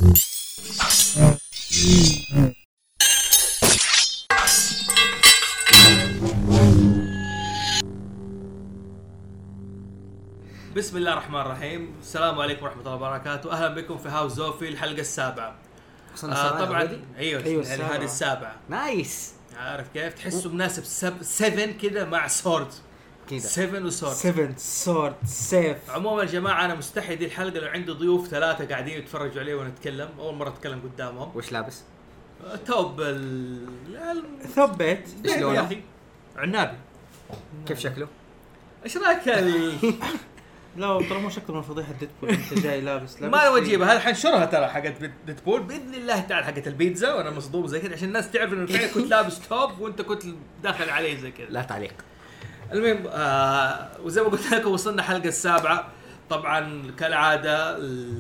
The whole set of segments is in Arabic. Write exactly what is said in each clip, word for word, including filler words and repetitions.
بسم الله الرحمن الرحيم. السلام عليكم ورحمة الله وبركاته. أهلا بكم في هاوس زوفي الحلقة السابعة. آه طبعا أيوة, أيوة يعني هذه السابعة. نايس. عارف كيف تحسوا مناسب سبعة كده مع سورد كده سبعة وسورد سبعة سورد سيف. عموما يا جماعة أنا مستحي دي الحلقة لو عندي ضيوف ثلاثة قاعدين يتفرجوا عليه ونتكلم أول مرة أتكلم قدامهم. وش لابس؟ توب ال ثوب بيت. ايش لونه؟ عنابي. كيف شكله؟ ايش رايك ال... لا ترى مو شكله من فضيحة ديدبول. انت جاي لابس لابس ما نجيبها هذا حنشرها ترى حقت ديدبول باذن الله تعالى حقت البيتزا وانا مصدوم زي كذا عشان الناس تعرف انه فعلا كنت لابس توب وانت كنت داخل عليه زي كذا. لا تعليق. المهم آه وزي ما قلت لكم وصلنا حلقة السابعة. طبعا كالعادة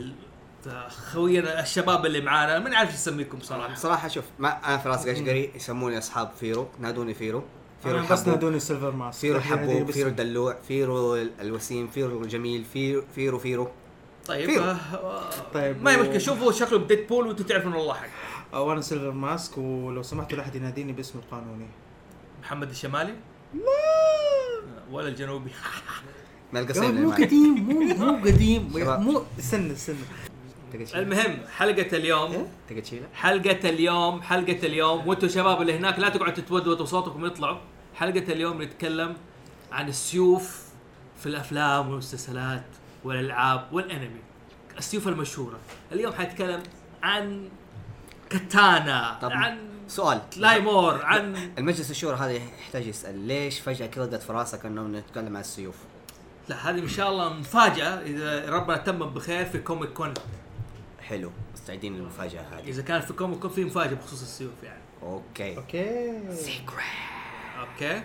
خوينا الشباب اللي معانا ما نعرف نسميكم صراحة. صراحة شوف ما انا فراس قشقري يسموني اصحاب فيرو، نادوني فيرو. فيرو بس نادوني سيلفر ماس. فيرو الحبوب، فيرو الدلوع، فيرو الوسيم، فيرو الجميل، فيرو فيرو فيرو. طيب فيرو. آه طيب ما يمكن شوفوا شكله بديدبول وانتم تعرفون والله حق. وانا سيلفر ماسك ولو سمحتوا لاحد يناديني باسم القانوني. محمد الشمالي؟ لا ولا الجنوبي. ما القصيم مو قديم مو مو قديم مو سنة سنة. المهم حلقة اليوم تقتشيله حلقة اليوم حلقة اليوم وانتوا شباب اللي هناك لا تقعدوا تتودوا صوتكم يطلعوا. حلقة اليوم نتكلم عن السيوف في الأفلام والمسلسلات والألعاب والأنمي. السيوف المشهورة. اليوم حنتكلم عن كاتانا، عن سؤال لايمور، عن المجلس الشورى. هذا يحتاج يسأل ليش فجأة كذا جت في راسك انه نتكلم عن السيوف؟ لا هذه ان شاء الله مفاجأة اذا ربنا تمم بخير في كوميك كون. حلو، مستعدين للمفاجأة هذه. اذا كان في كوميك كون في مفاجأة بخصوص السيوف يعني. اوكي اوكي سيكريت. اوكي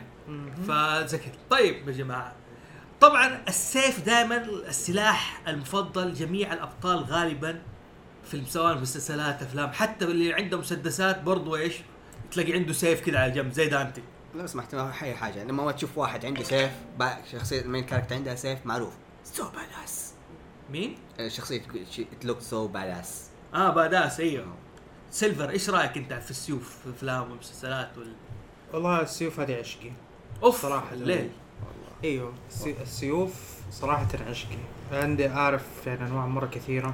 فذكر. طيب يا جماعة طبعا السيف دائما السلاح المفضل جميع الابطال غالبا في سواء المسلسلات افلام حتى اللي عنده مسدسات برضو ايش تلاقي عنده سيف كده على جنب زي دانتي. لو سمحت ما اي حاجه لما ما تشوف واحد عنده سيف شخصيه المين كاركتر عندها سيف معروف سو باداس. مين شخصيه تلوك سو باداس. اه باداس ايوه. سيلفر ايش رايك انت في السيوف في افلام ومسلسلات وال... والله السيوف هذه عشقي اوف صراحه. ليه؟ ايوه السيوف صراحه عشقي. عندي اعرف يعني انواع مره كثيره.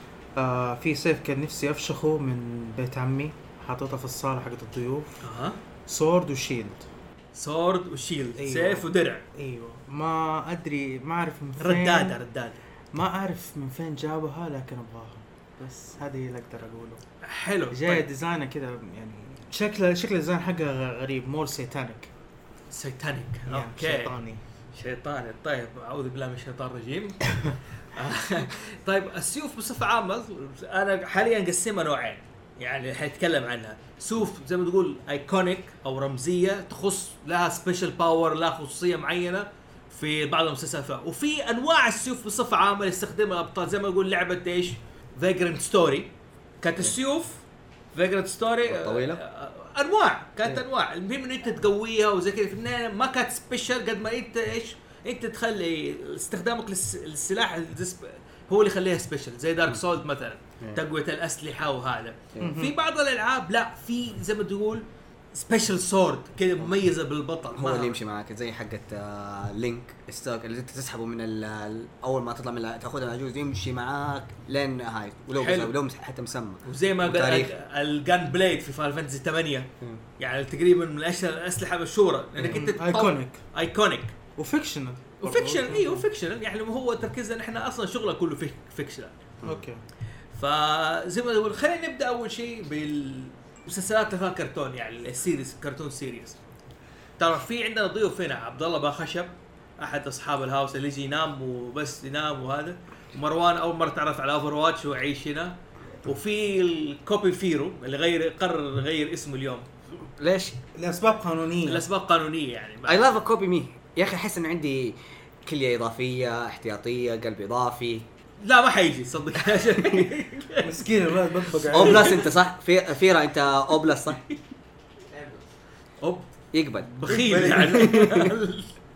آه في سيف كان نفسي افشخه من بيت عمي حاططها في الصاله حقت الضيوف. اها سورد وشيلد. سورد وشيلد. أيوة. سيف ودرع. ايوه ما ادري ما اعرف من فين. رداده رداده ما اعرف من فين جابها لكن ابغاها بس هذه اللي اقدر اقوله. حلو. جاي طيب. ديزاينه كده يعني شكل شكل الديزاين حقه غريب مور سيتانيك. سيتانيك يعني اوكي شيطاني شيطاني. طيب اعوذ بالله من الشيطان الرجيم. طيب السيوف بصفه عامه انا حاليا قسمها نوعين يعني حيتكلم عنها. سيوف زي ما تقول ايكونيك او رمزيه تخص لها سبيشال باور لها خصوصيه معينه في بعض المسلسلات. وفي انواع السيوف بصفه عامه يستخدمها الابطال زي ما نقول لعبه ايش فيجرنت ستوري. كانت السيوف فيجرنت ستوري طويله انواع كانت انواع. المهم ان انت تقويها وزي كذا في النهايه ما كانت سبيشال قد ما انت ايش انت تخلي استخدامك للسلاح هو اللي يخليها سبيشال زي دارك سولد مثلا تقوية الأسلحة وهذا. في بعض الألعاب لا في زي ما تقول سبيشال سورد كده مميزة بالبطل هو اللي يمشي معك زي حقة آه لينك ستوك اللي انت تسحبه من أول ما تطلع من تأخذها العجوز يمشي معاك لين هاي ولو ولو حتى مسمى. وزي ما قال الجان بليد في فاينل فانتسي ثمانية يعني تقريبا من أشهر الأسلحة مشهورة لأنك أنت ايكونيك ايكونيك وفيكشنال وفيكشنال ايوه فيكشنال يعني هو تركيزنا احنا اصلا شغله كله في فيكشنال. اوكي فزي ما نقول خلينا نبدا اول شيء بالمسلسلات اللي كرتون يعني السيريز كرتون سيريز. ترى في عندنا ضيوف هنا عبد الله باخشب احد اصحاب الهاوس اللي يجي ينام وبس ينام وهذا. ومروان اول مره تعرف على اوفر واتش وعيش هنا. وفي الكوبي فيرو اللي غير قرر غير اسمه اليوم. ليش؟ لاسباب قانونيه. الاسباب قانونيه يعني. I love a copy me يا اخي. احس انه عندي كليه اضافيه احتياطيه قلب اضافي. لا ما حيجي صدق. مسكين الولد بطبق او بلس انت صح في فيرا انت او بلس صح. اوب يقبل بخيل يعني.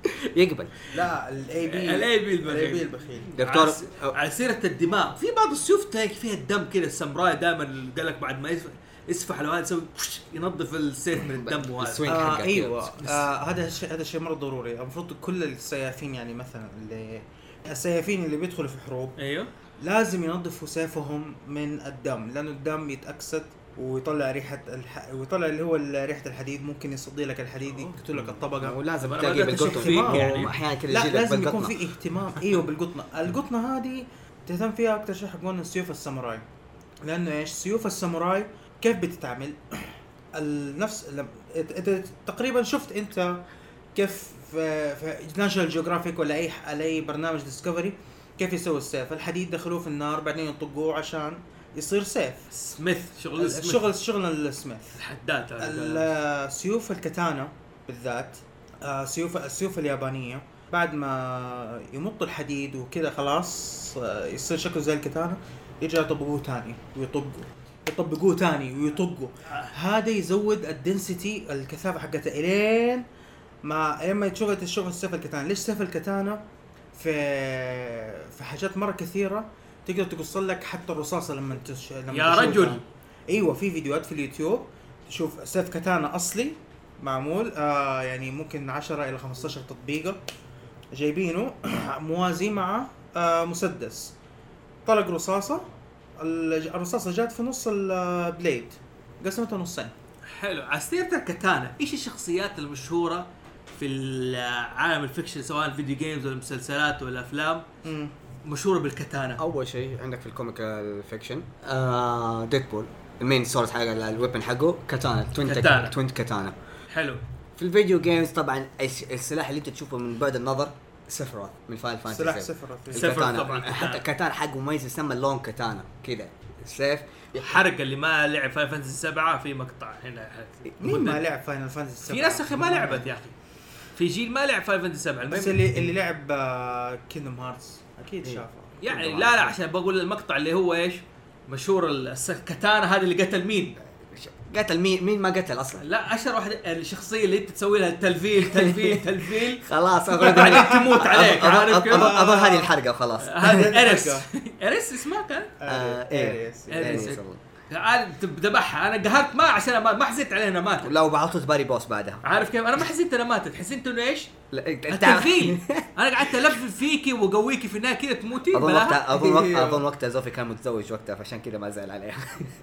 يقبل. لا الاي بي الاي بي الاي بي البخيل. البخيل. دكتور على, س... على سيرة الدماء، في بعض السيوف تلاقي فيها الدم كده، الساموراي دائما قال لك بعد ما يسفح, يسفح لو هذا يسوي ينظف السيف من الدم وهذا. السوينج آه حقك ايوه كده. آه هذا الشيء هذا الشيء مره ضروري. المفروض كل السيافين يعني مثلا اللي السيافين اللي بيدخلوا في حروب ايوه لازم ينظفوا سيفهم من الدم، لانه الدم يتاكسد ويطلع ريحه الح... ويطلع اللي هو ريحه الحديد، ممكن يصدي لك الحديد، يقتل لك الطبقه. ولازم أنا تلاقي بدأت أشك بالقطن فيك يعني. احيانا كذا لا يجي لك لازم يكون بالقطن. في اهتمام. ايوه بالقطنه. القطنه هذه تهتم فيها اكثر شيء حقون السيوف الساموراي، لانه ايش سيوف الساموراي كيف بتتعمل النفس. انت تقريبا شفت انت كيف في ناشونال جيوغرافيك ولا اي اي برنامج ديسكفري كيف يسوي السيف. الحديد دخلوه في النار بعدين يطقوه عشان يصير سيف. سميث شغل سميث. الشغل شغل السميث. الحداد. السيوف الكاتانا بالذات، سيوف السيوف اليابانيه بعد ما يمط الحديد وكذا خلاص يصير شكله زي الكاتانا، يرجع يطبقوه تاني ويطقوا يطبقوه تاني ويطقوا. هذا يزود الدنسيتي الكثافه حقتها الين ما لما تشوف تشوف السيف الكاتانا. ليش سيف الكاتانا في في حاجات مره كثيره تقدر تقص لك حتى الرصاصه لما تش... لما يا رجل. ايوه في فيديوهات في اليوتيوب تشوف سيف كاتانا اصلي معمول آه يعني ممكن عشرة الى خمسة عشر تطبيقه جايبينه موازي مع آه مسدس، طلق رصاصه، الرصاصه جات في نص البليد قسمتها نصين. حلو. على سيرة الكاتانا، ايش الشخصيات المشهوره في العالم الفيكشن سواء الفيديو جيمز ولا المسلسلات ولا الافلام امم مشهوره بالكاتانا؟ اول شيء عندك في الكوميك الفيكشن آه ديدبول المين سورس حق الويبن حقه كاتانا توين كاتانا. توين كاتانا. حلو. في الفيديو جيمز طبعا السلاح اللي انت تشوفه من بعد النظر سفرة من فايل فانتسي. سلاح سفرة سفرة طبعا. حتى كاتانا حقه مميز يسمى اللون كاتانا كذا سيف. حرق اللي ما لعب فاينل فانتسي سبعة في مقطع هنا. مين ما لعب فاينل فانتسي سبعة؟ في ناس اخي ما لعبت يا اخي، في جيل ما لعب فاينل فانتسي سبعة. بس اللي اللي لعب كيندم هارتس اكيد إيه. شافه يعني لا لا عشان بقول المقطع اللي هو ايش مشهور الكاتانا هذا اللي قتل مين؟ قتل مين مين ما قتل اصلا. لا اشهر واحد الشخصيه اللي انت تسوي لها تلفيل تلفيل تلفيل خلاص بعدين تموت عليك. عارف كيف؟ اظن هذه الحرقه خلاص. هذا اريس اريس اسمها كان اريس اريس ذبحها. انا قهرت ما عشان ما, ما حزنت عليها انها ماتت. لا وبعطت باري بوس بعدها. عارف كيف انا ما حزنت انها ماتت، حزنت انه ايش انت التلفيل. انا قعدت الفف فيكي واقويكي في النهايه كذا تموتي. اظن وقتها اظن وقتها اظن وقتها زوفي كان متزوج وقتها فعشان كذا ما زعل عليها.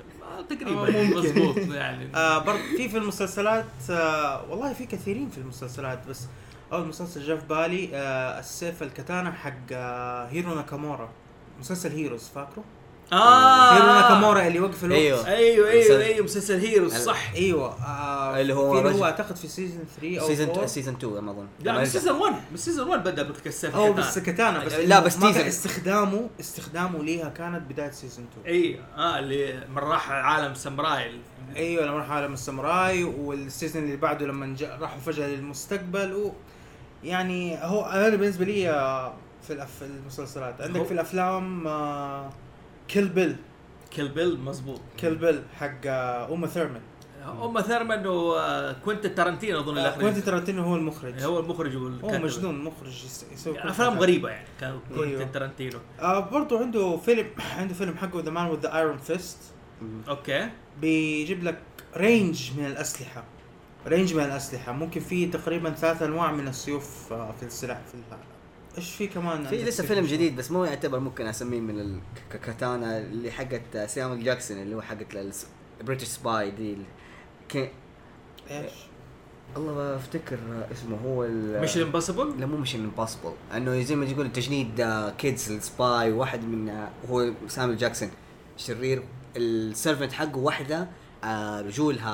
تقريبا مضبوط يعني. آه برضه في في المسلسلات آه والله في كثيرين في المسلسلات، بس اول مسلسل جاء في بالي آه السيف الكاتانا حق آه هيرو ناكامورا، مسلسل هيروز فاكره؟ اه هيرو ناكامورا اللي وقف الوقت. ايوه ايوه ايوه ايوه مسلسل هيروز صح. ايوه آه اللي هو في اللي رجل- هو اعتقد في سيزون ثلاثة او سيزون أربعة. سيزون اثنين ما اظن. لا لما بس يرجع. سيزون واحد بس سيزون واحد بدا بالسيف او بس كاتانا بس لا، بس ما كان تيزر. استخدامه استخدامه ليها كانت بدايه سيزون اثنين. اي اه اللي من راح عالم ساموراي. ايوه لما راح عالم الساموراي، والسيزون اللي بعده لما جا راحوا فجاه للمستقبل و يعني هو انا بالنسبه لي آه، في الأف... في المسلسلات عندك هو- في الافلام آه كيل بيل كيل بيل مزبوط. كيل بيل حق آه اوما ثيرمان. أم ثيرمان وكوينت تارانتينو اظن آه الاخرين. كوينتين تارانتينو هو المخرج. هو المخرج هو والكاتب. مجنون مخرج يس- يسوي كل افلام حاجة. غريبه يعني كان أيوه. كوينت تارانتينو. آه برضو عنده فيلم عنده فيلم حقه ذا مان وذ ذا ايرون فيست، اوكي بيجيب لك رينج من الأسلحة رينج من الأسلحة ممكن فيه تقريبا ثلاث أنواع من السيوف آه، في السلاح في الهذا. إيش في كمان في عندك لسه سيف فيلم مش- جديد بس مو يعتبر ممكن اسميه من الكاتانا اللي حقت سامويل جاكسون اللي هو حقت البريتش سباي دي ال- كي إيش الله ما افتكر اسمه هو ال- مش امبوسيبل. لا مو مش امبوسيبل انه زي ما تقول تجنيد كيدز السباي واحد من آه، هو سامويل جاكسون شرير السيرفنت حقه واحده آه، رجولها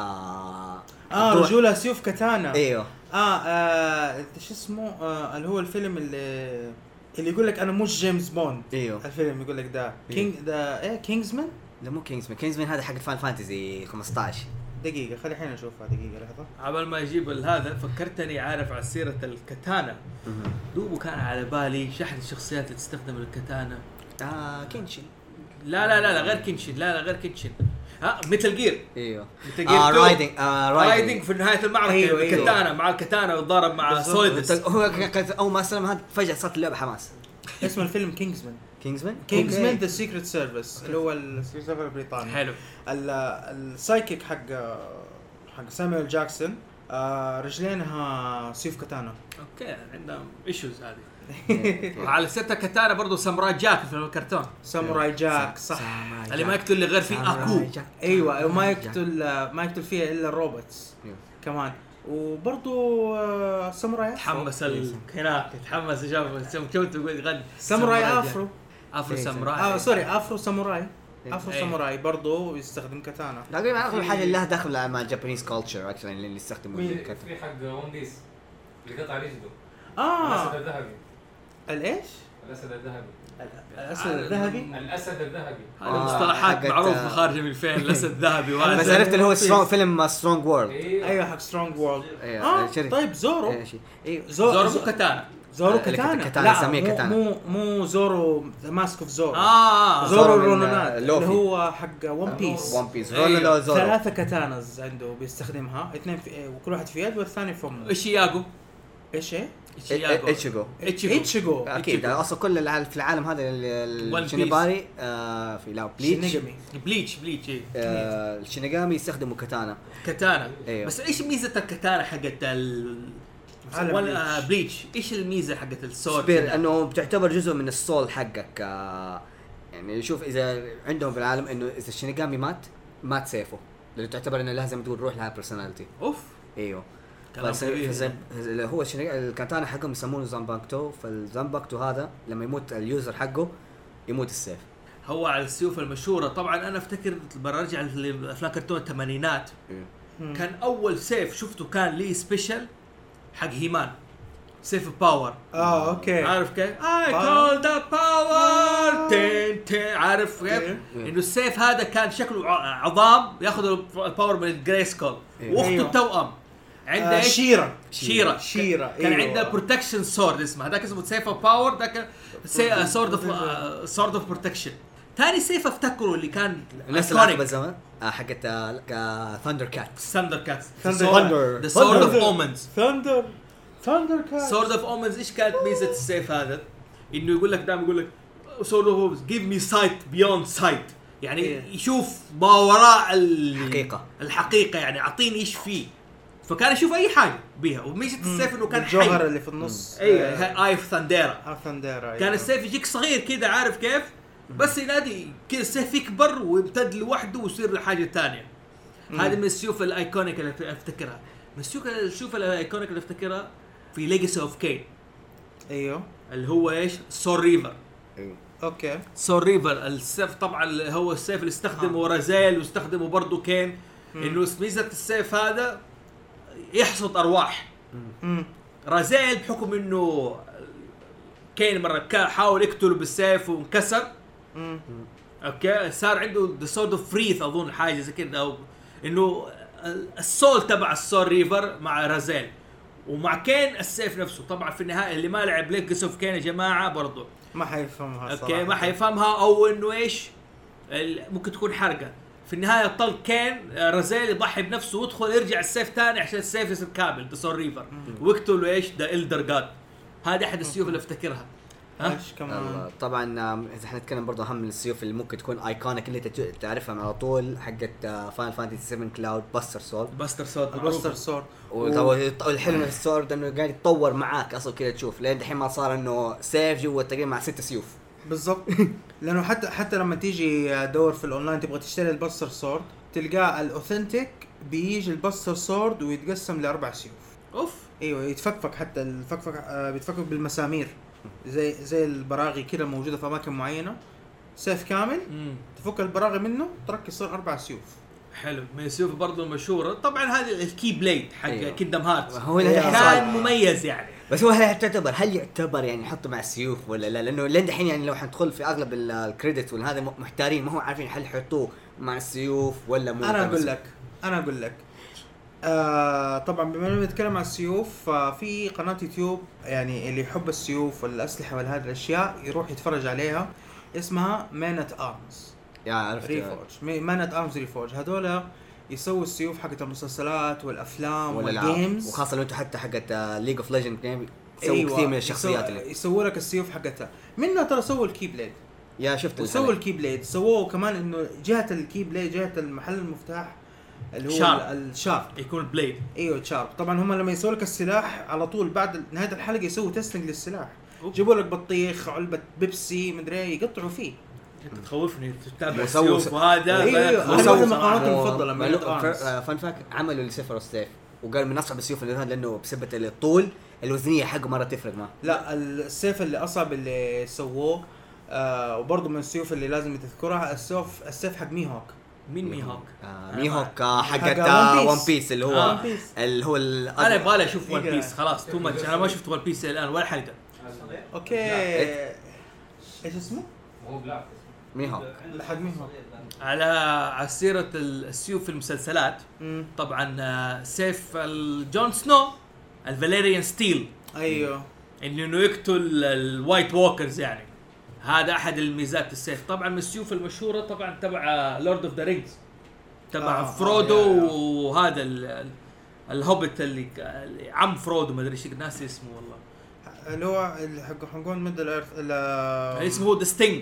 آه الضوء- رجولها سيوف كاتانا. ايوه آه, آه شو اسمه آه اللي هو الفيلم اللي اللي يقول لك أنا مش جيمس بوند. ايوه الفيلم يقول لك ده كينج ده إيه كينجزمان. لا مو كينجزمان كينجزمان هذا حق فان فانتزي خمسة عشر. دقيقة خلي الحين أشوفها دقيقة لحظة. عبال ما يجيب هذا فكرتني عارف على سيره الكاتانا دوبه كان على بالي شحن الشخصيات اللي تستخدم الكاتانا. آه كينشن لا لا لا لا غير كينشن لا لا غير كينشن ها مثل جير ايوه مثل آه جير رايدنج آه رايدنج في نهايه المعركه أيوة، أيوة. بالكتانه مع الكتانه وتضارب مع بالضبط. سوليدس. هو كان اول ما سلم هذا فجاه صارت اللعبه حماس. اسم الفيلم كينجزمان. كينجزمان كينجزمان ذا سيكريت سيرفيس اللي هو السيرفيس البريطاني. حلو. ال- السايكيك حق حق سامويل جاكسون آه رجلينها سيف كاتانا. اوكي عندنا ايشوز هذه. وعلى سيرة كاتانا برضو ساموراي جاك في الكرتون ساموراي جاك صح اللي ما يقتل اللي غير فيه اكو. ايوه وما يقتل ما يقتل فيها الا الروبوتس كمان. وبرضو آه ساموراي تحمس ال... هناك تحمس شاف شفت تقول يغني ساموراي افرو افرو ساموراي. اه سوري افرو ساموراي افرو إيه. ساموراي برضو يستخدم كاتانا. تقريبا اغلب حاجه اللي لها دخل مع الجابانيز كلتشر اكشن اللي يستخدموا في الكتف. في حق ون بيس اللي قطع رجله اه الاسد الذهبي. الايش؟ الاسد الذهبي الاسد الذهبي. الاسد الذهبي هذه آه، مصطلحات حقت- معروفة خارجة من فين. الاسد ذهبي بس وهذا عرفت اللي هو سترونج فيلم سترونج وورلد. ايوه حق سترونج وورلد. ايوه اه شركة. طيب زورو ايه شيء ايوه زورو مو كاتانا. زورو آه، اللي كاتانا. كاتانا لا يسميه مو- كاتانا. مو مو زورو ذا ماسك اوف زورو. اه زورو زورو من، رونونات آه، اللي لوفي. هو حق ون بيس. ون بيس أيوه. رولو لو زورو. ثلاثة كاتانز عنده بيستخدمها اثنين في وكل واحد في يد والثاني في فمه. ايش ياغو ايش ايه؟ ايشياغو اتشيجو ايتشيغو ايتشيغو. اكيد اصلا كل الع- في العالم هذا ال- One Piece. الشينيباري آه في لا بليتش شينيغامي. بليتش بليتش ايه آه الشينيغامي يستخدموا كاتانا. كاتانا. أيوه. بس ايش ميزة الكاتانا حقت ال على ولا- بليتش. آه، بليتش ايش الميزة حقت السورد؟ سبير انه بتعتبر جزء من السول حقك آه يعني شوف اذا عندهم في العالم انه اذا الشينيغامي مات مات سيفه لانه تعتبر انه لازم تقول روح لها بيرسوناليتي. اوف ايوه كلام فس- كبير. فز- اللي هو الشينيغ- الكاتانا حقهم يسمونه زامباكتو. فالزامباكتو هذا لما يموت اليوزر حقه يموت السيف. هو على السيوف المشهورة. طبعا انا افتكر برجع لافلام كرتون الثمانينات كان اول سيف شفته كان لي سبيشل حق هيمان سيف باور. اه اوكي. عارف كيف؟ I باور. call the power تين تين. عارف كيف؟ إيه. انه السيف هذا كان شكله ع- عظام ياخذ الباور من الجريسكول. إيه. واخته أيوه. التوأم عنده آه ايش؟ شيرا. شيرا. شيرا، كان أيوه. عنده بروتكشن سورد اسمه هذاك اسمه سيف اوف باور. ذاك سورد اوف سورد اوف بروتكشن. ثاني سيف افتكره اللي كان الناس اللي عقب الزمن آه حقت ثاندر كات. ثاندر كاتس. Thunder. ذا سورد اوف Thunder. اومنز. ثاندر ثاندر كات. سورد اوف اومنز ايش كانت ميزه السيف هذا؟ انه يقول لك دائما يقول لك سورد اوف اومنز جيف مي سايت بيوند سايت. يعني إيه. يشوف ما وراء ال- الحقيقة. الحقيقه يعني اعطيني ايش فيه. فكان يشوف اي حاجه بيها. وميزه السيف انه كان الجوهر حي. اللي في النص. ايوه اي اوف ثانديرا. آه ثانديرا. كان السيف يجيك صغير كذا عارف كيف؟ بس ينادي كذا السيف يكبر ويمتد لوحده ويصير حاجه ثانيه. هذه من السيوف الايكونيك اللي افتكرها. من السيوف السيوف الايكونيك اللي افتكرها في ليجاسي اوف كين ايوه اللي هو ايش؟ سول ريفر. اوكي. سول ريفر السيف طبعا اللي هو السيف اللي استخدمه آه. رازيل واستخدمه برضه كين. انه ميزه السيف هذا يحصد ارواح. امم رازيل بحكم انه كين مره كا- حاول يقتله بالسيف وانكسر. امم اوكي صار عنده ذا سورد اوف فريث اظن حاجه زي كده او انه السول تبع السول ريفر مع رازيل ومع كين السيف نفسه. طبعا في النهايه اللي ما لعب ليجاسي اوف كين يا جماعه برضه ما حيفهمها اوكي صراحة. ما حيفهمها او انه ايش ال- ممكن تكون حرقه. في النهايه طل كين آه، رازيل يضحي بنفسه ويدخل يرجع السيف ثاني عشان السيف يصير كامل ذا سول ريفر ويقتل ايش ذا إلدر جاد. هذه احد السيوف اللي افتكرها. ها ايش كمان؟ الله. طبعا آم، اذا حنتكلم برضه اهم من السيوف اللي ممكن تكون ايكونيك اللي انت تعرفها على طول حقت فاينل فانتسي سبعة كلاود باستر سول. باستر سود البستر سورد. والحلو من السورد انه قاعد يتطور معاك اصلا كذا تشوف لين دحين ما صار انه سيف جوا تقريبا مع ست سيوف. بالضبط. لانه حتى حتى لما تيجي دور في الاونلاين تبغى تشتري البستر سورد تلقاه الاوثنتيك بيجي البستر سورد ويتقسم لاربع سيوف. اوف ايوه يتفكفك حتى الفكفك آه بيتفكك بالمسامير زي زي البراغي كده موجوده في اماكن معينه. سيف كامل مم. تفك البراغي منه تركز يصير اربع سيوف. حلو من السيوف برضه المشهوره. طبعا هذا الكي بليد حق أيوه. كيندم هارت هو اللي كان حصل. كان مميز يعني. بس هو هل تعتبر هل يعتبر يعني يحطه مع السيوف ولا لا؟ لانه لين دحين يعني لو حندخل في اغلب ال- الكريدت وهذا محتارين ما هو عارفين هل يحطوه مع السيوف ولا مو. انا اقول لك انا اقول لك آه طبعا بما اننا بنتكلم عن السيوف ففي قناه يوتيوب يعني اللي يحب السيوف والاسلحه وهذه الاشياء يروح يتفرج عليها اسمها مانت ارمز. يا عرفت ريفورج مان ات ارمز ريفورج هذول يسووا السيوف حقت المسلسلات والافلام والالعاب والجيمز وخاصه لو انت حتى حقت ليج اوف ليجند جيم يسووا أيوة. كثير من الشخصيات يسوي, اللي يسووا لك السيوف حقتها منها ترى سووا الكي بليد يا شفت وسووا الكي بليد سووه كمان انه جهه الكي بليد جهه المحل المفتاح اللي هو شارب. الشارب يكون بليد. ايوه شارب. طبعا هم لما يسووا لك السلاح على طول بعد نهايه الحلقه يسووا تيستنج للسلاح يجيبوا لك بطيخ علبه بيبسي مدري يقطعوا فيه. انت تخوفني تتابع وسووا السيوف وهذا. ايوه ايوه وسووا هذا واحد من صراحة. مقاماتي المفضله من فان فاك عملوا لسيفر السيف وقال من اصعب السيوف اللي هذا لانه بسبب الطول الوزنيه حقه مره تفرق معه. لا السيف اللي اصعب اللي سووه آه وبرضه من السيوف اللي لازم تذكرها السيف السيف حق ميهوك. مين ميهوك؟ آه ميهوك آه حقت حق ون بيس اللي هو آه. اللي هو ال- انا يبغى لي اشوف ون إيه. بيس خلاص تو ماتش. انا ما شفت ون بيس الان ولا حلقه. اوكي ايش اسمه؟ هو بلاك ميهوك حق ميهوك. على على سيره السيوف في المسلسلات امم طبعا آه، سيف ال- جون سنو الفاليريان ستيل ايوه اللي انه يقتل الوايت ووكرز يعني. هذا احد الميزات السيف. طبعا من السيوف المشهوره طبعا تبع لورد اوف ذا رينجز تبع آه، فرودو آه، يا- يا. وهذا ال- ال- الهوبت اللي اللي عم فرودو ما ادري ايش ناسي اسمه والله. اللي هو اللي حق حنقول ميدل ايرث لا اسمه هو ذا ستينج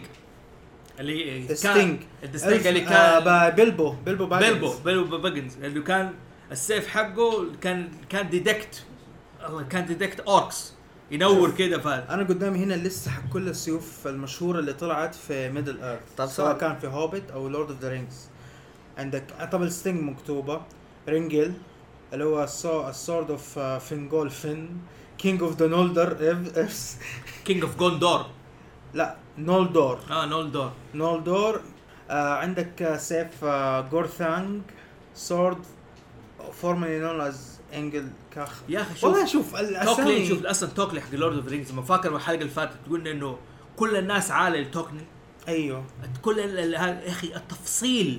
اللي كان ستينج ذا ستينج اللي آه كان با- بيلبو بيلبو باجنز. بيلبو بيلبو باجنز اللي كان السيف حقه كان كان ديدكت الله كان ديدكت اوركس ينور كده فهذا. انا قدامي هنا الليست حق كل السيوف المشهوره اللي طلعت في ميدل ايرث طب سواء سؤال. كان في هوبيت او لورد اوف ذا رينجز. عندك طبعا ستينج مكتوبه رينجل اللي هو السورد اوف فينجول فين كينج اوف ذا نولدر كينج اوف جوندور. لا نولدور اه نولدور. نولدور. آه عندك آه، سيف آه جورثانج سورد فورمالي نون از انجل كاخ. يا اخي شوف والله شوف توكلي الاسامي شوف اصلا توكلي حق لورد اوف رينجز. ما فاكر من الحلقه اللي فاتت تقولنا انه كل الناس عاله لتوكلي. ايوه كل ال- ال- هذا يا اخي التفصيل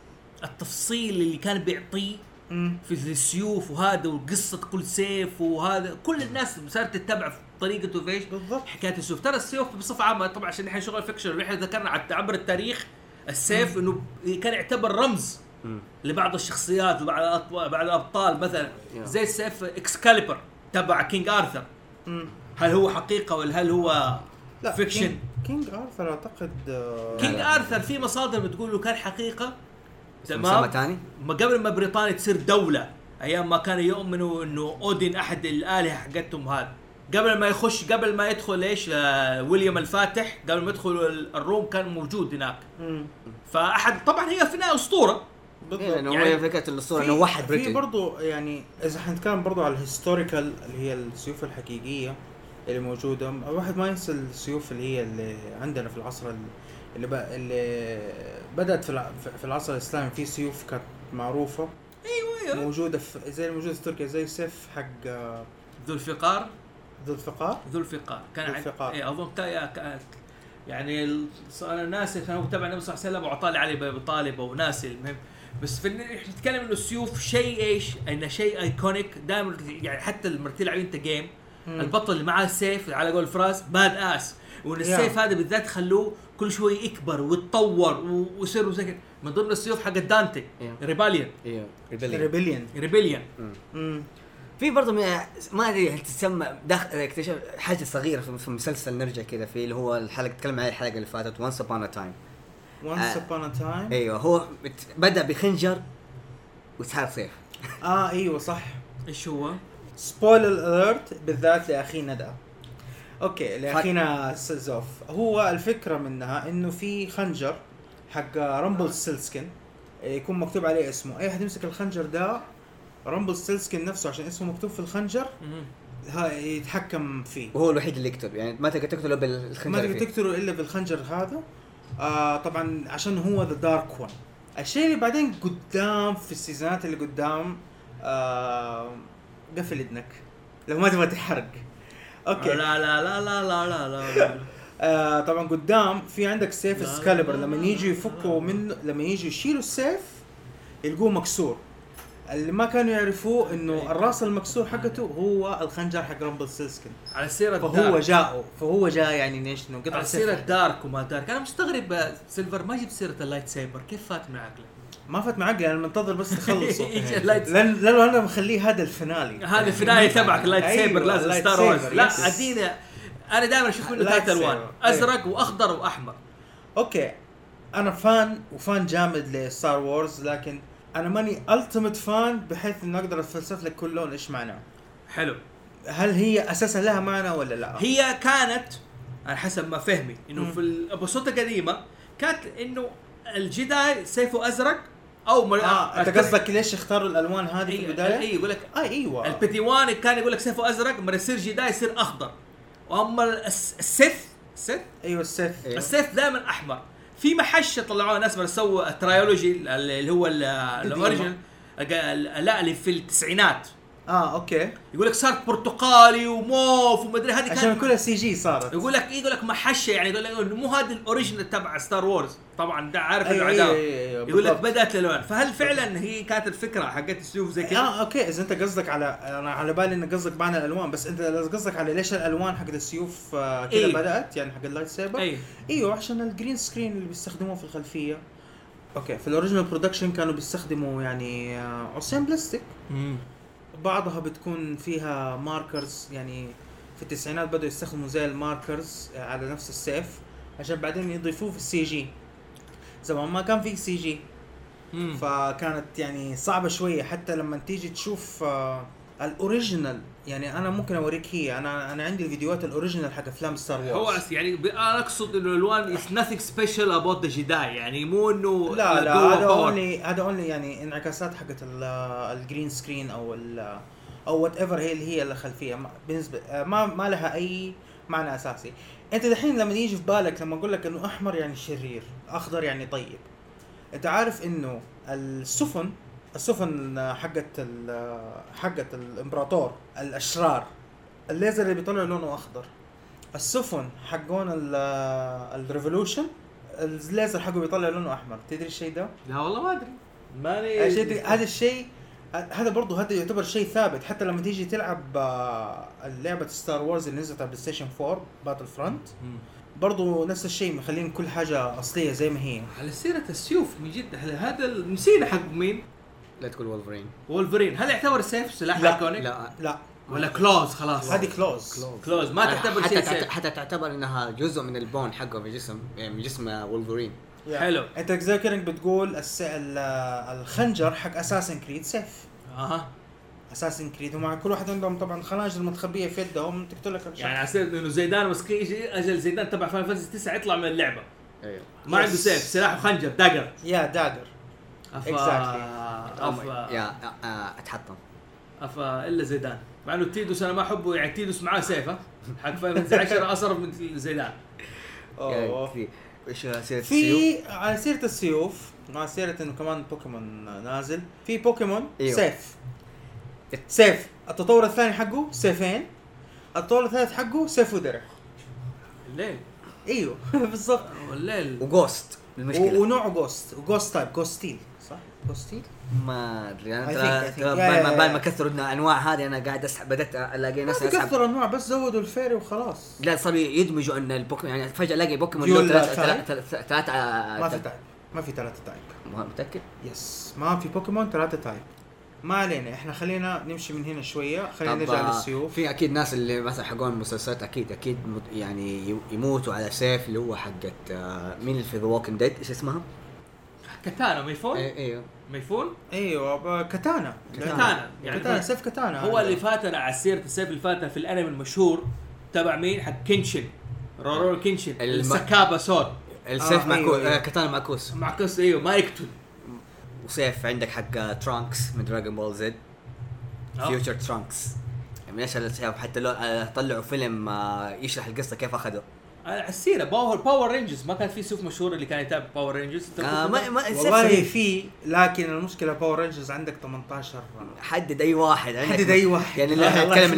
التفصيل اللي كان بيعطيه امم في السيوف وهذا وقصه كل سيف وهذا كل الناس صارت تتبع في طريقته في ايش بالضبط. حكايه السيوف. ترى السيوف بصفه عامه طبعا عشان احنا شغل فيكشن احنا ذكرنا على عبر التاريخ السيف انه كان يعتبر رمز مم. لبعض الشخصيات وبعض الأطو- بعض الابطال مثلا Yeah. زي السيف اكسكاليبر تبع كينج ارثر. امم هل هو حقيقه ولا هل هو لا فيكشن؟ كينج, كينج ارثر اعتقد آه، كينج لا. ارثر في مصادر بتقول له كان حقيقه مسمى تمام ثاني ما قبل ما بريطانيا تصير دوله ايام ما كانوا يؤمنوا انه اودين احد الالهه حقتهم هذا قبل ما يخش قبل ما يدخل ايش آه ويليام الفاتح قبل ما يدخل ال- الروم كان موجود هناك. مم. فاحد طبعا هي في النهايه اسطوره بالضبط. يعني يعني هو فكره الاسطوره في- انه واحد في بريطاني برضو يعني اذا حنتكلم برضو على الهيستوريكال اللي هي السيوف الحقيقيه اللي موجوده الواحد ما ينسى السيوف اللي هي اللي عندنا في العصر ال- اللي, ب... اللي بدات في الع- في العصر الاسلامي في سيوف كانت معروفه ايوه ايوه موجوده في زي الموجوده في تركيا زي سيف حق آه، ذو الفقار ذو الفقار. ذو الفقار كان ذو عند- الفقار. اي اظن كا- كا- يعني ال- انا ناسي كانوا تبع النبي صلى الله عليه وسلم وعطالي علي ابي طالب وناسي المهم. بس في الن- احنا نتكلم انه السيوف شيء ايش انه شيء ايكونيك دائما يعني حتى المرتين لاعبين انت جيم مم. البطل اللي معاه السيف على قول فراس باد اس وان السيف Yeah. هذا بالذات خلوه كل شوي يكبر ويتطور و- ويصير زي كده. من ضمن السيوف حق دانتي Yeah. ريباليون ايوه ريبيليون. ريبيليون. ريبيليون امم في برضه من- ما ادري هل تسمى دخل اكتشف حاجه صغيره في في مسلسل نرجع كذا فيه اللي هو الحلقه تكلم عليه الحلقه اللي فاتت وانس ابون ا تايم. وانس آه. ابون ا تايم. ايوه هو بت- بدا بخنجر وصار سيف. اه ايوه صح. ايش هو؟ سبويلر اليرت بالذات لاخينا ده. اوكي لاخينا سيزوف. هو الفكره منها انه في خنجر حق رامبل سيلسكن يكون مكتوب عليه اسمه. اي احد يمسك الخنجر ده رامبل سيلسكن نفسه عشان اسمه مكتوب في الخنجر مهم. ها يتحكم فيه. وهو الوحيد اللي يكتب يعني ما تقدر تقتله ما بالخنجر تقدر فيه. تقتله الا بالخنجر هذا. آه طبعا عشان هو ذا دارك وان. الشيء اللي بعدين قدام في السيزونات اللي قدام آه قفل اذنك لو ما تبغى تحرق. اوكي. لا لا لا لا لا لا لا, لا. آه طبعا قدام في عندك سيف لا اسكاليبر لا لما لا يجي لا يفكوا منه لما يجي يشيلوا السيف يلقوه مكسور اللي ما كانوا يعرفوه انه الراس المكسور حقته هو الخنجر حق رامبل سيلسكن، على سيرة فهو دارك. جاءه فهو جاء يعني ايش انه قطع على سيرة سيف. دارك وما دارك، انا مستغرب آه، سيلفر ما جبت سيرة اللايت سايبر، كيف فات من عقله؟ ما فات معقل، انا منتظر بس تخلصه. يجي اللايت سايبر. لان لانه انا مخليه هذا الفينالي، هذا الفناية تبعك اللايت أيوة، سايبر لازم اللايت ستار وورز. سايبر، لا يس. ادينا، انا دائما اشوف منه اللايت ثلاث الوان، سايبر. ازرق واخضر واحمر. اوكي انا فان وفان جامد لستار وورز، لكن انا ماني التيمت فان بحيث اني اقدر اتفلسف لك كل لون ايش معناه. حلو. هل هي اساسا لها معنى ولا لا؟ هي كانت على حسب ما فهمي انه مم. في الابوسوت القديمه كانت انه الجداي سيفه ازرق او مر... اه انت قصدك ليش اختاروا الالوان هذه في اي البدايه؟ اي يقول لك آه ايوه البديوان كان يقول لك سيفه ازرق، لما يصير جداي يصير اخضر. واما الس- السيف السيف ايوه السيف أيوه. السيف دائما احمر. في محشه طلعوها ناس من سووا الترايولوجي اللي هو ال- الاوريجن، لا اللي في التسعينات، اه اوكي يقول لك صارت برتقالي وموف ومدري هذه عشان كانت، كلها سي جي صارت. يقول لك يقول لك محشه، يعني يقول لك مو هذا الاوريجنال تبع ستار وورز، طبعا ده عارف انه أيوة أيوة عداوه. أيوة يقول لك بالضبط. بدات الالوان، فهل فعلا هي كانت الفكره حقت السيوف زي كذا؟ اه اوكي اذا انت قصدك على انا على بالي انك قصدك معنى الالوان، بس انت لو قصدك على ليش الالوان حق السيوف آه كذا إيه. بدات يعني حق اللايت سايبر. اي ايوه عشان الجرين سكرين اللي بيستخدموه في الخلفيه. اوكي في الاوريجنال برودكشن كانوا بيستخدموا يعني آه، عصيان بلاستيك، بعضها بتكون فيها ماركرز، يعني في التسعينات بدأوا يستخدموا زي الماركرز على نفس السيف عشان بعدين يضيفوه في السي جي. زمان ما كان في سي جي، فكانت يعني صعبة شوية. حتى لما تيجي تشوف آه الاوريجينال، يعني انا ممكن اوريك هي انا انا عندي الفيديوهات الاوريجينال حق افلام ستار هو وورز. أس- يعني ب- انا اقصد انه الالوان is nothing special about the Jedi، يعني مو انه لا لا قوة هذا power. اونلي هذا اونلي يعني انعكاسات حقت الجرين سكرين او ال او وات ايفر هي اللي هي الخلفيه. ما- بالنسبه آه، ما ما لها اي معنى اساسي. انت دحين لما يجي في بالك لما اقول لك انه احمر يعني شرير، اخضر يعني طيب، انت عارف انه السفن السفن حقت ال- حقت الامبراطور الاشرار الليزر اللي بيطلع لونه اخضر، السفن حقون الريفولوشن الليزر حقه بيطلع لونه احمر. تدري الشيء ده؟ لا والله ما ادري، ماني الشيء ده- هذا الشيء هذا برضه هذا يعتبر شيء ثابت. حتى لما تيجي تلعب آه، لعبة ستار وورز اللي نزلت على بلاي ستيشن فور باتل فرونت، مم. برضه نفس الشيء مخلين كل حاجة أصلية زي ما هي. على سيرة السيوف من جد، هذا ال- نسينا حق مين؟ لا تقول وولفرين. وولفرين، هل يعتبر سيف سلاح لا، ايكونيك؟ لا لا ولا كلوز خلاص؟ هذه كلوز. كلوز ما تعتبر حتى شيء تعت- سيف. حتى تعتبر انها جزء من البون حقه في جسم، يعني من جسم وولفرين. حلو. انت زي كأنك بتقول الس... ال- الخنجر حق اساسن كريد سيف. اها، اساسن كريد ومع كل واحد عندهم طبعا خناجر متخبيه في يدهم تقتل لك الشخص. يعني على سيرة انه زيدان مسكين يجي اجل زيدان تبع فاينل فانتسي تسعة يطلع من اللعبه ايوه ما عنده Yes. سيف، سلاحه خنجر داجر. يا داجر. افا Exactly. افا يا آه، آه، اتحطم. افا الا زيدان، مع انه تيدوس انا ما احبه، يعني تيدوس معاه سيف ها حق فاينل فانتسي عشرة اصرف من زيدان. أوه. كثير. ايش سيرة السيوف؟ في على سيرة السيوف، مع سيرة انه كمان بوكيمون نازل، في بوكيمون أيوه. سيف. سيف التطور الثاني حقه سيفين، التطور الثالث حقه سيف ودرع. الليل ايوه بالضبط. الليل وجوست و- المشكلة. ونوعه جوست وجوست تايب جوست ستيل صح؟ جوست ستيل؟ ما ادري انا I ترى think- I think. ترى Yeah, بال ما yeah, بال yeah. ما كثروا الانواع هذه انا قاعد اسحب، بدات الاقي ما ناس في اسحب. كثر انواع بس زودوا الفيري وخلاص. لا صاروا يدمجوا ان البوكيمون، يعني فجاه الاقي بوكيمون Dual له ثلاث type. ثلاث ثلاث ما في تايب، ما في ثلاثة تايب. متاكد؟ يس ما في بوكيمون ثلاثة تايب. ما علينا، احنا خلينا نمشي من هنا شوية، خلينا طب، نرجع آه، للسيوف. في اكيد ناس اللي مثلا حقون المسلسلات اكيد اكيد مت- يعني ي- يموتوا على سيف اللي هو حقت آه، مين اللي في ذا ووكينج ديد ايش اسمها؟ كاتانا ميفون اي- ايوه ميفون ايوه ب- كاتانا. كاتانا يعني كاتانا سيف كاتانا. هو هذا. اللي فاتنا على سيرة السيف اللي فاتنا في الانمي المشهور تبع مين حق كينشن، رورو كينشن الم- السكابة سود السيف آه، معكوس، أيوة، أيوة. كاتانا معكوس. مع قصة ايوه ما يقتل. وسيف عندك حق ترانكس من دراغون بول زد، آه. فيوتشر ترانكس من ايش السيف. حتى لو آه، طلعوا فيلم آه، يشرح القصه كيف اخذوا. على السيرة باور باور رينجرز، ما كان في سيف مشهور اللي كان يتابع باور رينجرز؟ آه، ما ما السيف والله سيف. في، لكن المشكلة باور رينجرز عندك ثمانية عشر. حدد اي واحد عندك. حدد اي واحد. يعني الله اللي نتكلم من يخليك.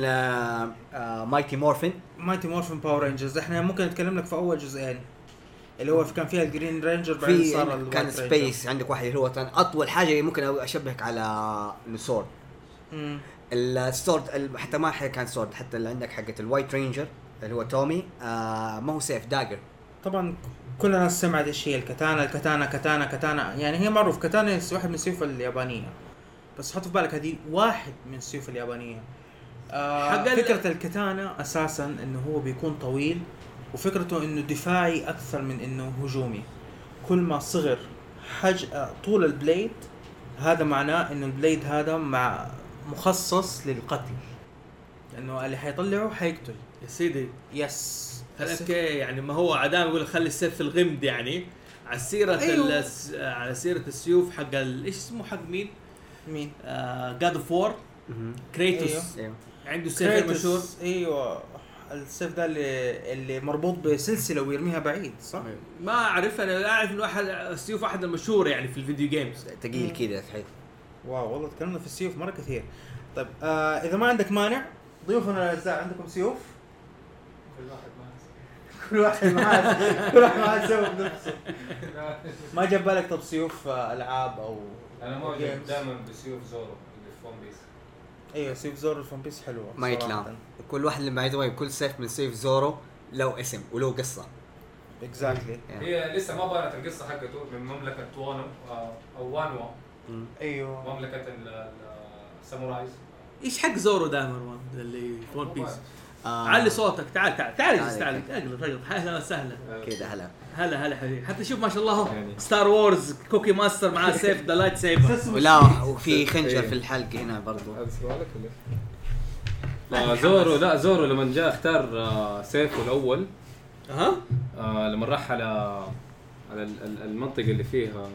اوريجينال مايتي مورفين. مايتي مورفين باور رينجرز احنا ممكن نتكلم لك في اول جزئين. اللي هو كان فيها الجرين رينجر بعدين في صار كان الوايت سبيس عندك واحد اللي هو كان اطول حاجه ممكن اشبهك على السورد. رينجر. السورد ال- حتى ما حي- كان سورد، حتى اللي عندك حقه الوايت رينجر اللي هو تومي آه ما هو سيف داجر. طبعا كل الناس سمعت ايش هي الكاتانا الكاتانا كاتانا كاتانا يعني هي معروف كاتانا واحد من السيوف اليابانيه، بس حط في بالك هذه واحد من السيوف اليابانيه. آه حق ال- فكره الكاتانا اساسا انه هو بيكون طويل، وفكرته انه دفاعي اكثر من انه هجومي. كل ما صغر حج طول البليد هذا معناه انه البليد هذا مع مخصص للقتل، لانه اللي حيطلعه حيقتل. يا سيدي يس اوكي، يعني ما هو عدام يقول خلي السيف في الغمد يعني على سيرة أيوه. الس... على سيرة السيوف حق ال... ايش اسمه حق مين؟ مين؟ جاد اوف وور كريتوس. أيوه. ايوه عنده السيف كريتوس. المشهور. ايوه السيف ده اللي اللي مربوط بسلسله ويرميها بعيد صح؟ ما اعرف، انا اعرف انه احد السيوف احد المشهوره يعني في الفيديو جيمز. ثقيل كذا تحس. واو والله تكلمنا في السيوف مره كثير. طيب آه اذا ما عندك مانع ضيوفنا الاعزاء عندكم سيوف؟ كل واحد ما كل واحد معاه كل واحد معاه سيوف بنفسه. ما جاب بالك طب سيوف آه، العاب او انا معجب games؟ دائما بسيوف زورو اللي في ون بيس. ايوه سيف زورو الفون بيس حلوه ما يتلام. صراحة. كل واحد اللي بعد واي كل سيف من سيف زورو له اسم وله قصه. اكزاكتلي. هي لسه ما بانت القصه حقته من مملكه وانو او وانوا، ايوه مملكه ال- ال- السامورايز. ايش حق زورو دائما اللي في ون بيس؟ آه علي صوتك، تعال تعال تعال تعال. تعال تعال رجل، اهلا وسهلا. كذا هلا. هلا هلا حبيبي، حتى شوف ما شاء الله يعني. ستار وورز كوكي ماستر معاه سيف ذا لايت سيفر. ولا وفي خنجر في الحلق هنا برضو. هذا سؤالك ولا؟ لا زورو لا زورو لما جاء اختار آه، سيفه الاول ها آه، لما راح على على ال- ال- المنطقه اللي فيها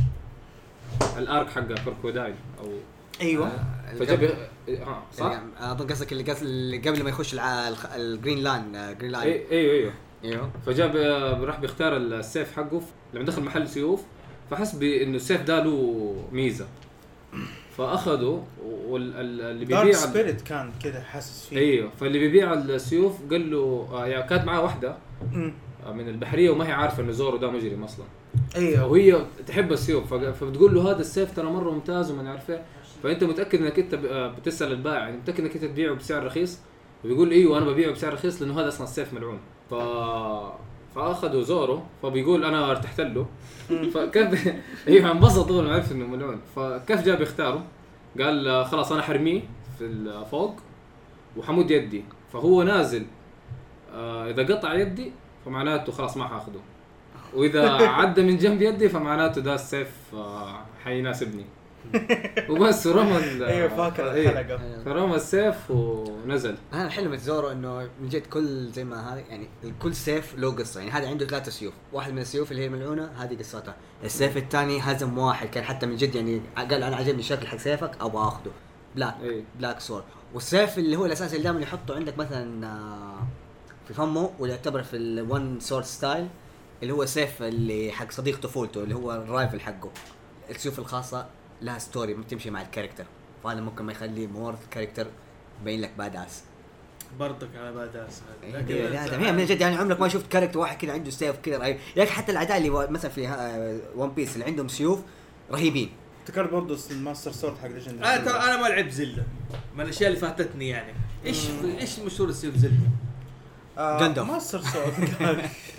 الارك حق كروكودايل او ايوه فجاب اه صح؟ يعني اظن قصدك اللي قصد اللي قبل ما يخش الع- الخ- الجرين لاين جرين لاين. اي ايوه ايوه ايوه فجاب راح بيختار السيف حقه لما دخل محل سيوف، فحس بانه السيف ده له ميزه فاخذه، واللي دارك بيبيع سبيريت كان كده حاسس فيه. ايوه فاللي بيبيع السيوف قال له آه يعني كانت معاه واحده أمم. آه من البحريه وما هي عارفه انه زورو ده مجرم اصلا، ايوه وهي تحب السيوف فق- فبتقول له هذا السيف ترى مره ممتاز وما نعرف ايه، فانت متاكد انك انت ب- آه بتسال البائع يعني متاكد انك انت تبيعه بسعر رخيص؟ وبيقول ايوه انا ببيعه بسعر رخيص لانه هذا اصلا السيف ملعون. ف فاخذوا زورو فبيقول انا ارتحت له فكيف ايوه انبسط اول ما عرف انه ملعون، فكيف جاب يختاره؟ قال آه، خلاص انا حرميه في الفوق وحمود يدي، فهو نازل آه اذا قطع يدي فمعناته خلاص ما حاخده، واذا عدى من جنب يدي فمعناته ده السيف آه حيناسبني وبس. ورمى ال- ايوه فاكر إيه. الحلقه. فرمى السيف ونزل. انا الحلو من زورو انه من جد كل زي ما هذا يعني كل سيف له قصه. يعني هذا عنده ثلاثة سيوف، واحد من السيوف اللي هي الملعونه هذه قصتها، السيف الثاني هزم واحد كان حتى من جد يعني قال انا عجبني الشكل حق سيفك ابغى اخذه بلاك إيه. بلاك سور. والسيف اللي هو الاساسي اللي دائما يحطه عندك مثلا آه، في فمه واللي يعتبر في الون سورد ستايل اللي هو سيف اللي حق صديق طفولته اللي هو الرايفل حقه. السيوف الخاصه لها ستوري تمشي مع الكاركتر، فهذا ممكن ما يخلي مور الكاركتر يبين لك باداس. برضك على باداس لا لا هي من جد يعني عمرك ما شفت كاركتر واحد كذا عنده سيف كذا رهيب. يعني حتى الاعداء اللي و- مثلا في ون بيس اللي عندهم سيوف رهيبين. افتكرت برضه الماستر سورد حق ليجند. انا ترى انا ما لعبت زلدة، من الاشياء اللي فاتتني يعني. ايش ايش مشهور السيف زلدة؟ جندلف. ماستر سورد كان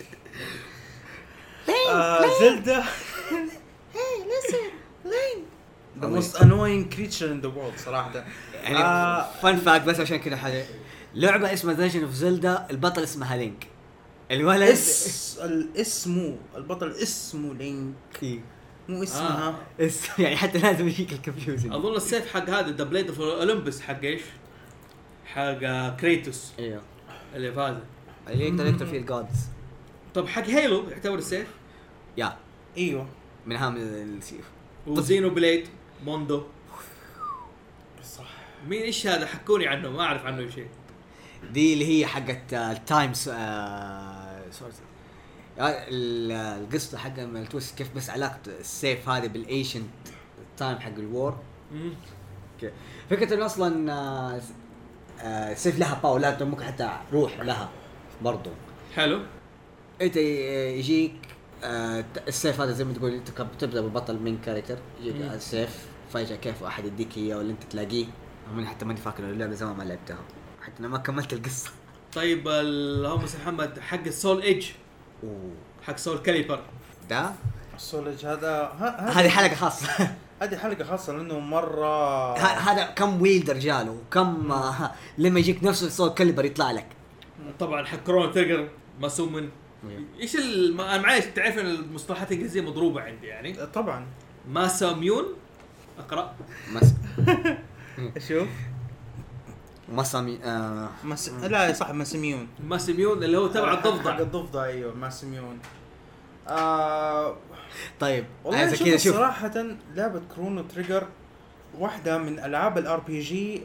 آه زلدا. The most annoying creature in the world صراحة. يعني آه. فان فاكت بس عشان كذا حاجه لعبه اسمها ذا اوف زلدا، البطل اسمها لينك. الولد اس الاسمه البطل اسمه لينك إيه. مو اسمها. آه. اس يعني حتى لازم يجيك الكونفيوجن. اظن السيف حق هذا ذا بليد اوف اولمبس حق ايش؟ حق كريتوس ايوه اللي في هذا. اللي يقدر يقتل فيه الجودز. طب حق هيلو يعتبر السيف؟ يا ايوه من هام السيف. وزينو بليد موندو. صح. مين ايش هذا؟ حكوني عنه، ما اعرف عنه شيء. دي اللي هي حقت التايمز آه سوري ال- القصه حق التويست كيف بس علاقه السيف هذه بالايشنت تايم حق الوور. مم. اوكي فكره انه اصلا آه، آه، سيف لها باور، لا ممكن حتى روح لها برضو. حلو. انت يجيك آه السيف هذا زي ما تقول انت كنت بتبدا ببطل من كاركتر يجيك مم. السيف فجاه كيف احد يديك اياه ولا انت تلاقيه. من حتى ماني فاكر اللعبه زمان ما لعبتها حتى انا ما كملت القصه. طيب اللهم صل محمد حق السول ايدج اوه حق سول كاليبر ده السولج هذا ه- هذه حلقه خاصه. هذه حلقة خاصة لأنه مرة ه- هذا كم ويلدر جاله وكم آه لما يجيك نفس الصوت كاليبر يطلع لك. طبعا حق كرون تريجر مسوم من ايش الم... انا معلش تعرف ان المصطلحات الانجليزيه مضروبه عندي يعني طبعا. ماساميون اقرا مس شوف مسامي آه مس... لا صح ماسيميون ماساميون اللي هو تبع حق الضفدع الضفدع ايوه ماسيميون. آه طيب والله عايز شوف كذا شوف صراحة لعبة كرونو تريجر واحدة من ألعاب الار بي جي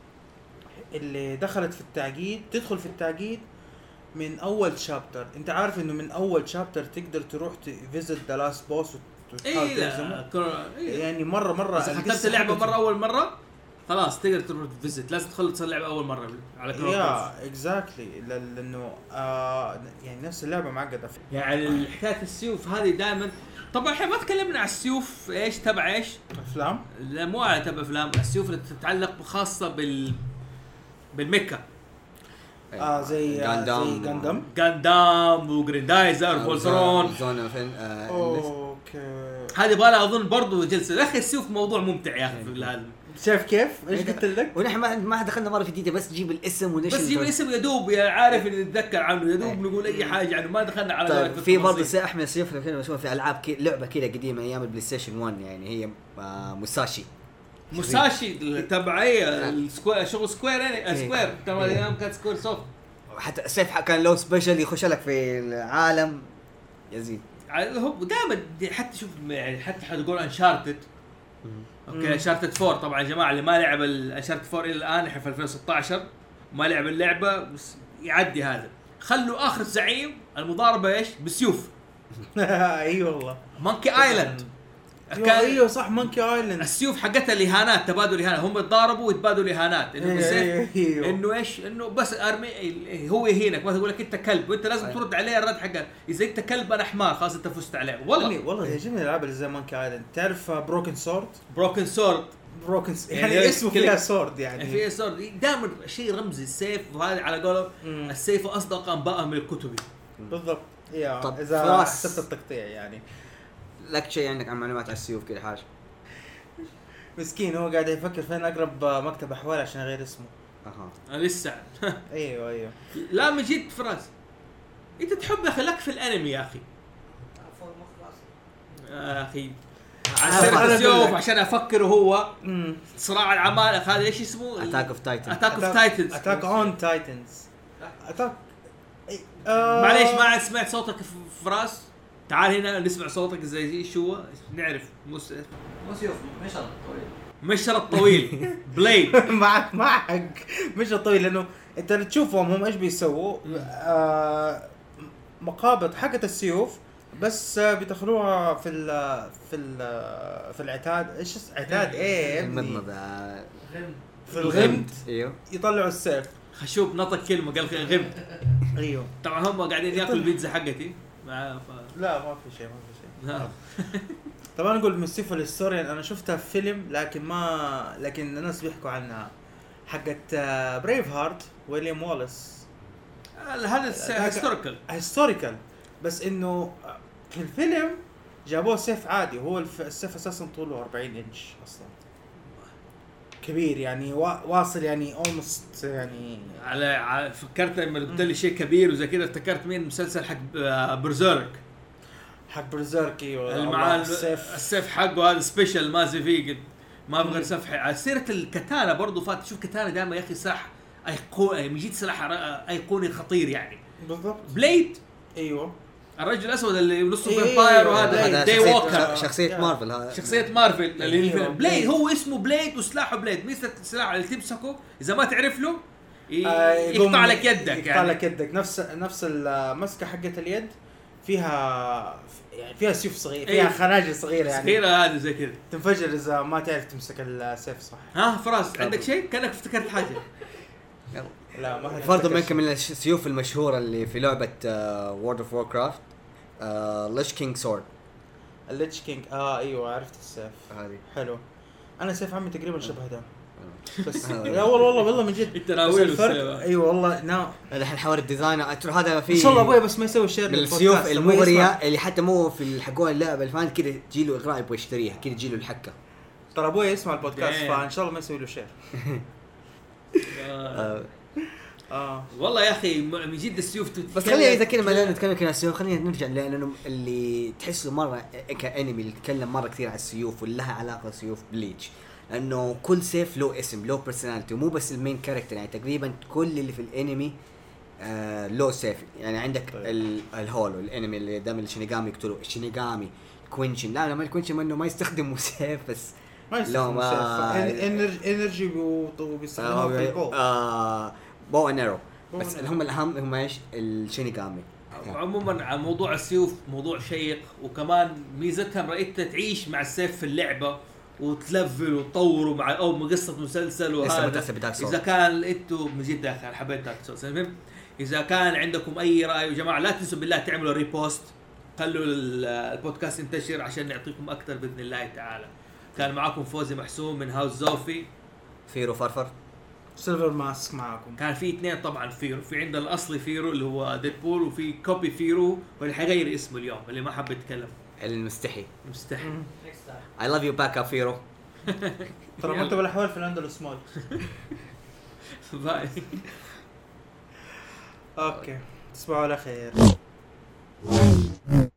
اللي دخلت في التعقيد تدخل في التعقيد من أول شابتر. أنت عارف إنه من أول شابتر تقدر تروح تفيزت ذا لاست بوس وتحاول اي تهزمه. لا كر... إيه. يعني مرة مرة اذا ختمت القصة اللعبه حقته- مره اول مره خلاص تقدر تروح تفيزت لازم تخلص اللعبه اول مره على كرون يا اكزاكتلي لانه آه يعني نفس اللعبه معقده. يعني حكايه السيوف هذه دائما طبعا احنا ما تكلمنا على السيوف ايش تبع ايش افلام لا مو على تبع افلام السيوف اللي تتعلق خاصه بال بالميكا آه زي غاندام. زي غاندام. غاندام وجريندايزر فولترون زون فين آه اوكي هذه بالها اظن برضو جلسه يا اخي السيوف موضوع ممتع يا اخي في هذا شايف كيف ايش قلت لك؟ ونحن ما ما دخلنا مره في ديتا بس تجيب الاسم ونشر بس جيب الاسم يا دوب يا عارف ان نتذكر عنه يا دوب نقول اي حاجه عنه ما دخلنا على طيب ذلك في برضه التفاصيل. سي احمد سيف كنا نشوف في العاب كي لعبه كذا قديمه ايام البلاي ستيشن واحد يعني هي آه موساشي. موساشي تبعيه السكوير شغل سكوير يعني إيه. سكوير تمام إيه. ايام كانت سكوير سوفت حتى السيف كان له سبيشل يخش لك في العالم يزيد. هو دائما حتى شوف يعني حتى حتقول انشارتد اوكي انشارتد فور طبعا يا جماعه اللي ما لعب الانشارتد فور الى الان احنا في ألفين وستة عشر ما لعب اللعبه بس يعدي هذا خلوا اخر زعيم المضاربه ايش بالسيوف اي والله مونكي ايلاند كان ايوه صح مونكي ايلاند. السيوف حقتها الاهانات تبادل اهانات هم يتضاربوا ويتبادلوا الاهانات انه بالسيف أيوه. انه ايش انه بس ارمي هو يهينك ما تقول لك انت كلب وانت لازم أيوه. ترد عليه الرد حقه اذا انت كلب انا حمار خلاص انت فزت عليه والله والله يعجبني الالعاب اللي زي مونكي ايلاند. تعرف بروكن سورد؟ بروكن سورد بروكن يعني يعني اسمه كلك. فيها سورد يعني في سورد دائما شيء رمزي السيف وهذا على قولهم مم. السيف اصدق انباء من الكتب بالضبط. يا طب اذا فراس. حسبت التقطيع يعني لك شيء عندك عن معلومات على السيوف كذا حاجه؟ مسكين هو قاعد يفكر فين اقرب مكتب احوال عشان اغير اسمه. اها انا لسه ايوه ايوه لا من جد فراس انت تحب يا اخي لك في الانمي يا اخي يا اخي أنا عشان أقول السيوف لك. عشان افكر هو امم صراع العمالقه هذا ايش اسمه اتاك اوف تايتن. اتاك اوف تايتنز اتاك اون تايتنز اتاك معليش ما سمعت صوتك في فراس تعال هنا نسمع صوتك زي شو نعرف مس... مو سيوف مشرط طويل. مشرط طويل بليد معك معك مش طويل لانه انت اللي تشوفهم هم ايش بيسووا آه مقابض حقت السيوف بس آه، بيدخلوها في ال في ال في العتاد ايش اس- عتاد ايه يا ابني؟ المضمضه غم. في الغمد ايوه يطلعوا السيف. خشوب نطق كلمه قال غمد ايوه طبعا هم قاعدين ياكلوا البيتزا حقتي مع ف... لا ما في شيء ما في شيء. لا. طبعا نقول مستيفا الهستوريان انا شفتها في فيلم لكن ما لكن الناس بيحكوا عنها حقت بريف هارت ويليام والاس هذا هيستوريكال هيستوريكال بس انه في الفيلم جابوه سيف عادي هو الف- السيف اساسا طوله أربعين انش اصلا كبير يعني وا- واصل يعني اولموست يعني على على- فكرت لما قلت لي شيء كبير وزي كذا افتكرت مين مسلسل حق آه، برزيرك حق برزيرك ايوه اللي معاه السيف السيف حقه هذا سبيشال ما زي فيجن ما ابغى سفح على سيره الكتانه برضو فات شوف كتانه دائما يا اخي سلاح ايقوني من جد سلاح ر- ايقوني خطير يعني بالضبط بليد ايوه الرجل الاسود اللي نصه إيه، فامباير إيه، وهذا هذا داي شخصية- ووكر شخصيه يا. مارفل هذا شخصيه مارفل اللي أيوه، بليد بليد. هو اسمه بليد وسلاحه بليد ميزه السلاح اللي تمسكه اذا ما تعرف له ي- آه، يقوم- يقطع لك يدك يقطع يعني لك يدك نفس نفس المسكه حقت اليد فيها يعني فيها سيوف صغير فيها إيه. خناجر صغيره يعني صغيره هذه زي كذا تنفجر اذا ما تعرف تمسك السيف صح. ها فراس عندك شيء كانك افتكرت حاجه لا ما برضه من من السيوف المشهوره اللي في لعبه وورد اوف وور كرافت آه ليش كينج سورد الليتش كينج اه ايوه عرفت السيف هذه. حلو. انا سيف عمي تقريبا شبه ده بس آه. لا والله والله والله من جد انت بس ناوي له الفرق السيف. ايوه والله نا الحين حوار الديزاين ترى هذا في ان شاء الله ابوي بس ما يسوي شير من للبودكاست. السيوف أبوي المغريه يسمع. اللي حتى مو في حقون اللعبه الفان كذا تجيله اغراء يبغى يشتريها كذا تجيله الحكه. ترى ابوي يسمع البودكاست Damn. فان شاء الله ما يسوي له شير. آه. آه. اه والله يا اخي م- من جد السيوف تتكلم. بس خلينا اذا كنا ما نتكلم كذا السيوف خلينا نرجع لانه اللي تحسه مره كانمي اللي يتكلم مره كثير على السيوف واللي لها علاقه سيوف بليتش لانه كل سيف له اسم له بيرسوناليتي ومو بس المين كاركتر يعني تقريبا كل اللي في الانمي آه له سيف يعني عندك طيب. ال- الهولو الانمي اللي دائما الشينيغامي يقتلوا الشينيغامي كوينشن لا لا ما الكوينشن انه ما يستخدموا سيف بس ما لا، يستخدم ما- سيف انرجي انرجي وبيستخدموها في القوة. آه بو نيرو بو بس نيرو. هم الاهم هم ايش الشينيغامي عموما على موضوع السيوف موضوع شيق وكمان ميزتها رأيت تعيش مع السيف في اللعبة وتلفل وتطوروا مع او قصة مسلسل لسه وهذا متأثر بدارك سولز. اذا كان انتم من جد يا اخي انا حبيت دارك سولز. المهم اذا كان عندكم اي راي يا جماعه لا تنسوا بالله تعملوا ريبوست خلوا ال- البودكاست ينتشر عشان نعطيكم اكثر باذن الله تعالى. كان معاكم فوزي محسوم من هاوس زوفي. فيرو فرفر سيلفر ماسك معاكم. كان في اثنين طبعا فيرو في عندنا الاصلي فيرو اللي هو ديدبول وفي كوبي فيرو واللي حيغير اسمه اليوم اللي ما حب يتكلم المستحي مستحيل. I love you back up فيرو ترى مكتب الاحوال في الاندلس مول. باي. اوكي تصبحوا على خير.